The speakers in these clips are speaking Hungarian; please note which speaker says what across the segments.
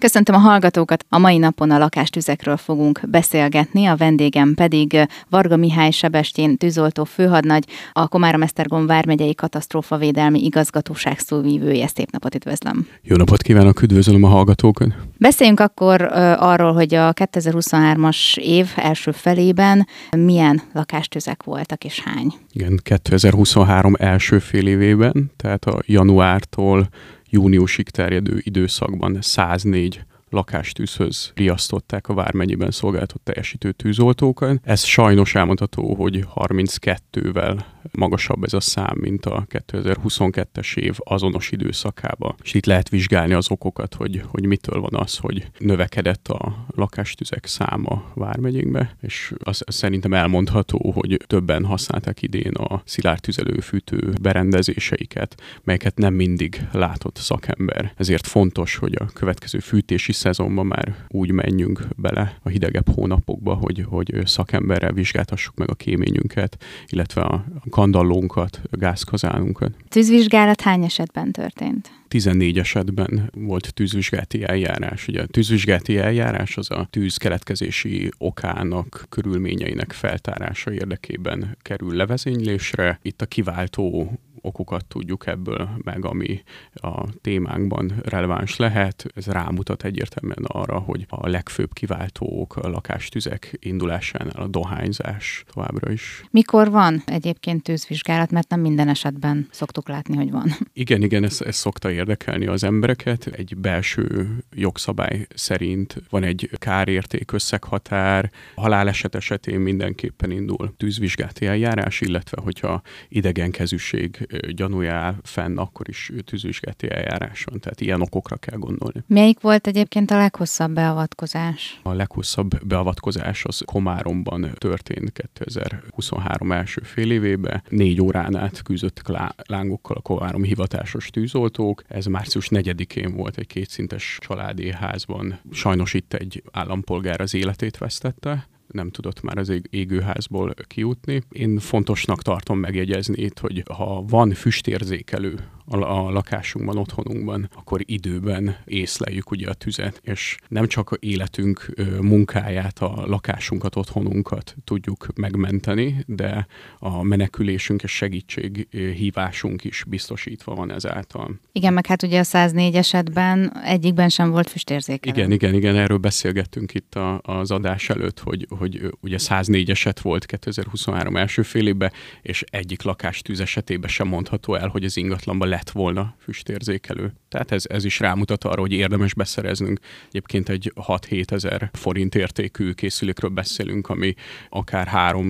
Speaker 1: Köszöntöm a hallgatókat! A mai napon a lakástüzekről fogunk beszélgetni, a vendégem pedig Varga Mihály Sebestyén tűzoltó főhadnagy, a Komárom-Esztergom vármegyei katasztrófavédelmi igazgatóság szóvivője. Szép napot, üdvözlöm!
Speaker 2: Jó napot kívánok, üdvözlöm a hallgatókat!
Speaker 1: Beszéljünk akkor arról, hogy a 2023-as év első felében milyen lakástüzek voltak és hány?
Speaker 2: Igen, 2023 első fél évében, tehát a januártól júniusig terjedő időszakban 104 lakástűzhöz riasztották a vármegyében szolgáltatott teljesítő tűzoltókat. Ez sajnos elmondható, hogy 32-vel magasabb ez a szám, mint a 2022-es év azonos időszakában. És itt lehet vizsgálni az okokat, hogy mitől van az, hogy növekedett a lakástüzek száma vármegyénkbe, és az szerintem elmondható, hogy többen használták idén a szilárd tüzelőfűtő berendezéseiket, melyeket nem mindig látott szakember. Ezért fontos, hogy a következő fűtési szezonban már úgy menjünk bele a hidegebb hónapokba, hogy szakemberrel vizsgáltassuk meg a kéményünket, illetve a kandallónkat, a gázkazánunkat.
Speaker 1: Tűzvizsgálat hány esetben történt?
Speaker 2: 14 esetben volt tűzvizsgálati eljárás. Ugye a tűzvizsgálati eljárás az a tűz keletkezési okának, körülményeinek feltárása érdekében kerül levezénylésre. Itt a kiváltó okokat tudjuk ebből meg, ami a témánkban releváns lehet. Ez rámutat egyértelműen arra, hogy a legfőbb kiváltók a lakástüzek indulásánál a dohányzás továbbra is.
Speaker 1: Mikor van egyébként tűzvizsgálat, mert nem minden esetben szoktuk látni, hogy van.
Speaker 2: Igen, ez szokta érdekelni az embereket. Egy belső jogszabály szerint van egy kárérték összeghatár, haláleset esetén mindenképpen indul tűzvizsgálati eljárás, illetve hogyha idegenkezűség gyanúja áll fenn, akkor is tűzvizsgálati eljárás van. Tehát ilyen okokra kell gondolni.
Speaker 1: Melyik volt egyébként a leghosszabb beavatkozás?
Speaker 2: A leghosszabb beavatkozás az Komáromban történt 2023 első fél évében. 4 órán át küzdöttek lángokkal a komáromi hivatásos tűzoltók. Ez március 4-én volt egy kétszintes családi házban. Sajnos itt egy állampolgár az életét vesztette. Nem tudott már az égőházból kijutni. Én fontosnak tartom megjegyezni itt, hogy ha van füstérzékelő a lakásunkban, otthonunkban, akkor időben észleljük ugye a tüzet, és nem csak a életünk munkáját, a lakásunkat, otthonunkat tudjuk megmenteni, de a menekülésünk és segítséghívásunk is biztosítva van ezáltal.
Speaker 1: Igen, meg hát ugye a 104 esetben egyikben sem volt füstérzékelő.
Speaker 2: Igen, erről beszélgettünk itt az adás előtt, hogy ugye 104 eset volt 2023 első fél évben, és egyik lakástűz esetében sem mondható el, hogy az ingatlanban lett volna füstérzékelő. Tehát ez is rámutat arra, hogy érdemes beszereznünk. Egyébként egy 6-7 ezer forint értékű készülékről beszélünk, ami akár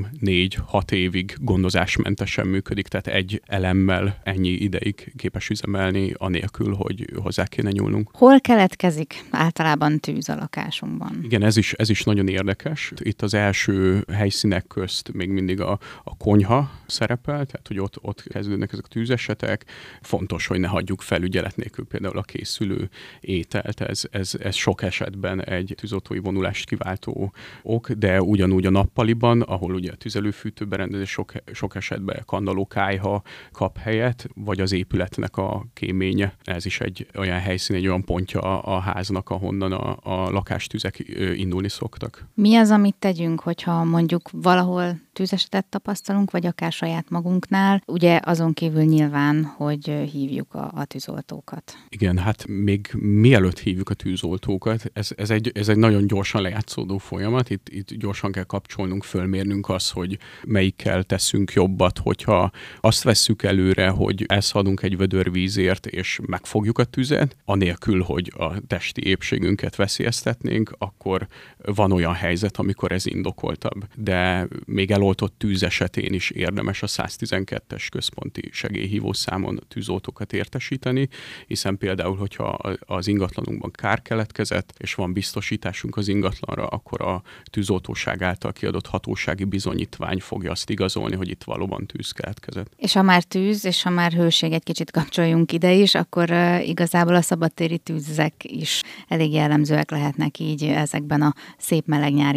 Speaker 2: 3-4-6 évig gondozásmentesen működik, tehát egy elemmel ennyi ideig képes üzemelni, anélkül, hogy hozzá kéne nyúlnunk.
Speaker 1: Hol keletkezik általában tűz a lakásunkban?
Speaker 2: Igen, ez is nagyon érdekes. Itt az első helyszínek közt még mindig a konyha szerepel, tehát hogy ott kezdődnek ezek a tűzesetek. Fontos, hogy ne hagyjuk felügyelet nélkül például a készülő ételt. Ez sok esetben egy tűzoltói vonulást kiváltó ok, de ugyanúgy a nappaliban, ahol ugye a tüzelőfűtő berendezés sok esetben kandallókályha kap helyet, vagy az épületnek a kéménye. Ez is egy olyan helyszín, egy olyan pontja a háznak, ahonnan a lakástüzek indulni szoktak.
Speaker 1: Mi az, amit tegyünk, hogyha mondjuk valahol tűzesetet tapasztalunk, vagy akár saját magunknál? Ugye azon kívül nyilván, hogy hívjuk a tűzoltókat.
Speaker 2: Igen, hát még mielőtt hívjuk a tűzoltókat, ez egy nagyon gyorsan lejátszódó folyamat. Itt gyorsan kell kapcsolnunk, fölmérnünk azt, hogy melyikkel teszünk jobbat, hogyha azt vesszük előre, hogy elszadunk egy vödör vízért, és megfogjuk a tüzet, anélkül, hogy a testi épségünket veszélyeztetnénk, akkor van olyan helyzet, amikor ez indokoltabb. De még eloltott tűz esetén is érdemes a 112-es központi segélyhívó számon tűzoltókat értesíteni, hiszen például, hogyha az ingatlanunkban kár keletkezett, és van biztosításunk az ingatlanra, akkor a tűzoltóság által kiadott hatósági bizonyítvány fogja azt igazolni, hogy itt valóban tűz keletkezett.
Speaker 1: És ha már tűz, és ha már hőség, egy kicsit kapcsoljunk ide is, akkor igazából a szabadtéri tűzek is elég jellemzőek lehetnek így ezekben a szép meleg nyári napokon.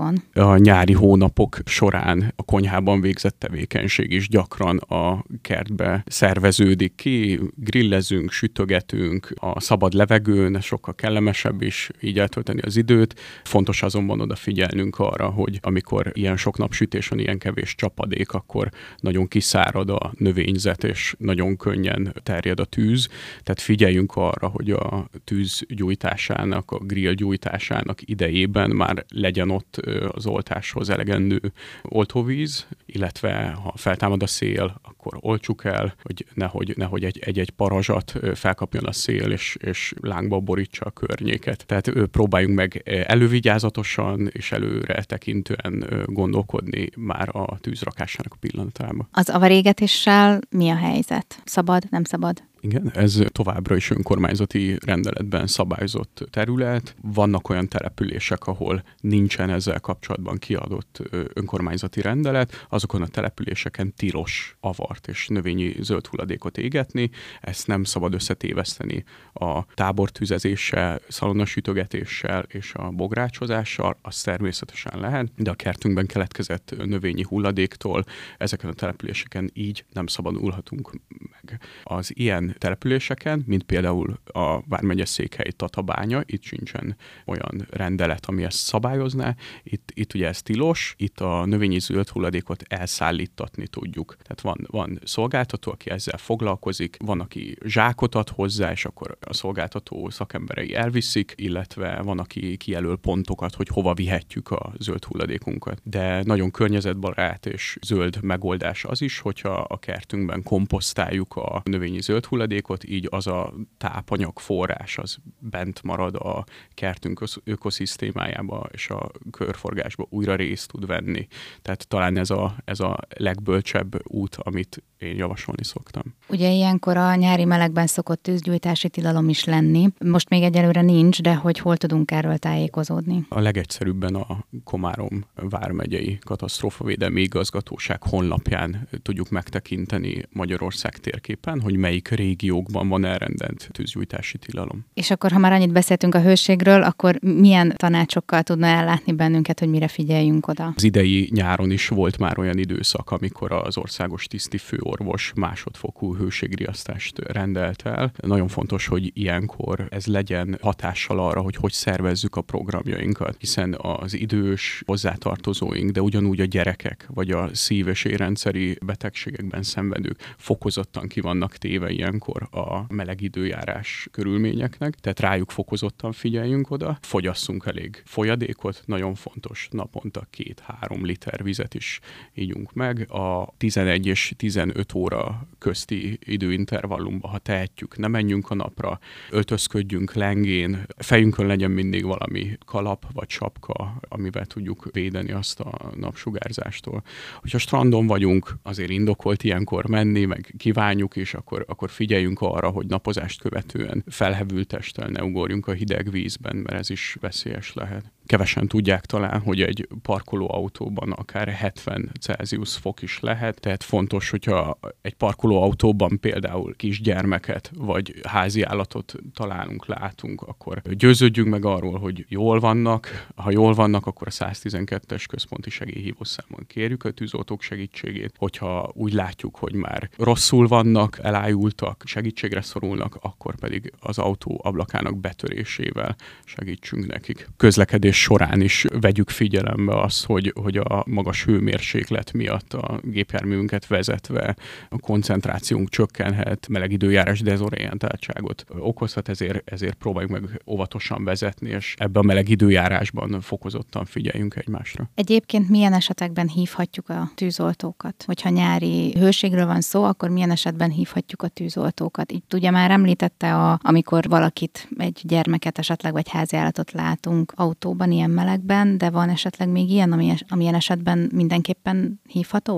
Speaker 1: hónapokon.
Speaker 2: A nyári hónapok során a konyhában végzett tevékenység is gyakran a kertbe szerveződik ki, grillezünk, sütögetünk, a szabad levegőn, sokkal kellemesebb is így eltölteni az időt. Fontos azonban odafigyelnünk arra, hogy amikor ilyen sok napsütés van, ilyen kevés csapadék, akkor nagyon kiszárad a növényzet, és nagyon könnyen terjed a tűz. Tehát figyeljünk arra, hogy a tűz gyújtásának, a grill gyújtásának idejében már legyen ott az oltáshoz elegendő oltóvíz, illetve ha feltámad a szél, akkor oltsuk el, hogy nehogy egy parazsat felkapjon a szél, és lángba borítsa a környéket. Tehát próbáljunk meg elővigyázatosan és előre tekintően gondolkodni már a tűzrakásának a pillanatában.
Speaker 1: Az avarégetéssel mi a helyzet? Szabad, nem szabad?
Speaker 2: Igen, ez továbbra is önkormányzati rendeletben szabályozott terület. Vannak olyan települések, ahol nincsen ezzel kapcsolatban kiadott önkormányzati rendelet, azokon a településeken tilos avart és növényi zöld hulladékot égetni. Ezt nem szabad összetéveszteni a tábortüzezéssel, szalonnasütögetéssel és a bográcsozással, az természetesen lehet, de a kertünkben keletkezett növényi hulladéktól ezeken a településeken így nem szabadulhatunk meg. Az ilyen településeken, mint például a vármegye székhely Tatabánya, itt sincsen olyan rendelet, ami ezt szabályozná. Itt ugye ez tilos, itt a növényi zöld hulladékot elszállítatni tudjuk. Tehát van szolgáltató, aki ezzel foglalkozik, van, aki zsákot ad hozzá, és akkor a szolgáltató szakemberei elviszik, illetve van, aki kijelöl pontokat, hogy hova vihetjük a zöld hulladékunkat. De nagyon környezetbarát és zöld megoldás az is, hogyha a kertünkben komposztáljuk a növényi zöld hulladékot, így az a tápanyag forrás az bent marad a kertünk ökoszisztémájába, és a körforgásba újra részt tud venni. Tehát talán ez a legbölcsebb út, amit én javasolni szoktam.
Speaker 1: Ugye ilyenkor a nyári melegben szokott tűzgyújtási tilalom is lenni. Most még egyelőre nincs, de hogy hol tudunk erről tájékozódni?
Speaker 2: A legegyszerűbben a Komárom vármegyei katasztrófavédelmi igazgatóság honlapján tudjuk megtekinteni Magyarország térképen, hogy melyik régiókban van elrendelt tűzgyújtási tilalom.
Speaker 1: És akkor, ha már annyit beszéltünk a hőségről, akkor milyen tanácsokkal tudna ellátni bennünket, hogy mire figyeljünk oda?
Speaker 2: Az idei nyáron is volt már olyan időszak, amikor az országos tisztifőorvos másodfokú hőségriasztást rendelt el. Nagyon fontos, hogy ilyenkor ez legyen hatással arra, hogy szervezzük a programjainkat, hiszen az idős hozzátartozóink, de ugyanúgy a gyerekek, vagy a szív- és érrendszeri betegségekben szenvedők fokozottan ki vannak téve ilyenkor a meleg időjárás körülményeknek, tehát rájuk fokozottan figyeljünk oda, fogyasszunk elég folyadékot, nagyon fontos, naponta 2-3 liter vizet is ígyunk meg. A 11 és 15 óra közti időintervallumban, ha tehetjük, ne menjünk a napra, öltözködjünk lengén, fejünkön legyen mindig valami kalap vagy sapka, amivel tudjuk védeni azt a napsugárzástól. Hogyha strandon vagyunk, azért indokolt ilyenkor menni, meg kívánjuk is, akkor figyeljünk arra, hogy napozást követően felhevült testtel ne ugorjunk a hideg vízben, mert ez is veszélyes lehet. Kevesen tudják talán, hogy egy parkolóautóban akár 70 Celsius fok is lehet, tehát fontos, hogyha egy parkolóautóban például kisgyermeket vagy háziállatot találunk, látunk, akkor győződjünk meg arról, hogy jól vannak. Ha jól vannak, akkor a 112-es központi segélyhívószámon kérjük a tűzoltók segítségét. Hogyha úgy látjuk, hogy már rosszul vannak, elájultak, segítségre szorulnak, akkor pedig az autó ablakának betörésével segítsünk nekik. Közlekedés során is vegyük figyelembe azt, hogy a magas hőmérséklet miatt a gépjárművünket vezetve a koncentrációnk csökkenhet, meleg időjárás dezorientáltságot okozhat, ezért próbáljuk meg óvatosan vezetni, és ebben a meleg időjárásban fokozottan figyeljünk egymásra.
Speaker 1: Egyébként milyen esetekben hívhatjuk a tűzoltókat? Hogyha nyári hőségről van szó, akkor milyen esetben hívhatjuk a tűzoltókat? Itt ugye már említette, amikor valakit, egy gyermeket esetleg, vagy háziállatot látunk autóban, ilyen melegben, de van esetleg még ilyen, amilyen esetben mindenképpen hívhatóak?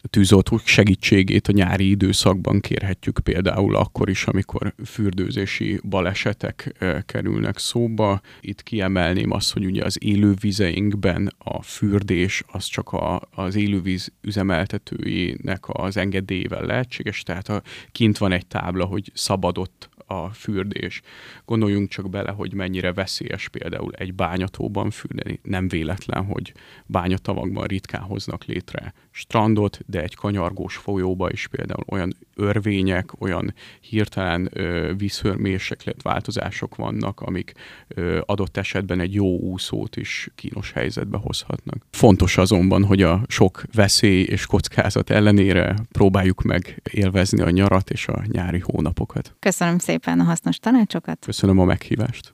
Speaker 2: tűzoltók segítségét a nyári időszakban kérhetjük például akkor is, amikor fürdőzési balesetek kerülnek szóba. Itt kiemelném azt, hogy ugye az élővizeinkben a fürdés az csak az élővíz üzemeltetőjének az engedélyével lehetséges, tehát kint van egy tábla, hogy szabadott a fürdés. Gondoljunk csak bele, hogy mennyire veszélyes például egy bányatóban fürdeni. Nem véletlen, hogy bányatavakban ritkán hoznak létre strandot, de egy kanyargós folyóba is például olyan örvények, olyan hirtelen vízhőmérséklet változások vannak, amik adott esetben egy jó úszót is kínos helyzetbe hozhatnak. Fontos azonban, hogy a sok veszély és kockázat ellenére próbáljuk meg élvezni a nyarat és a nyári hónapokat.
Speaker 1: Köszönöm szépen a hasznos tanácsokat.
Speaker 2: Köszönöm a meghívást.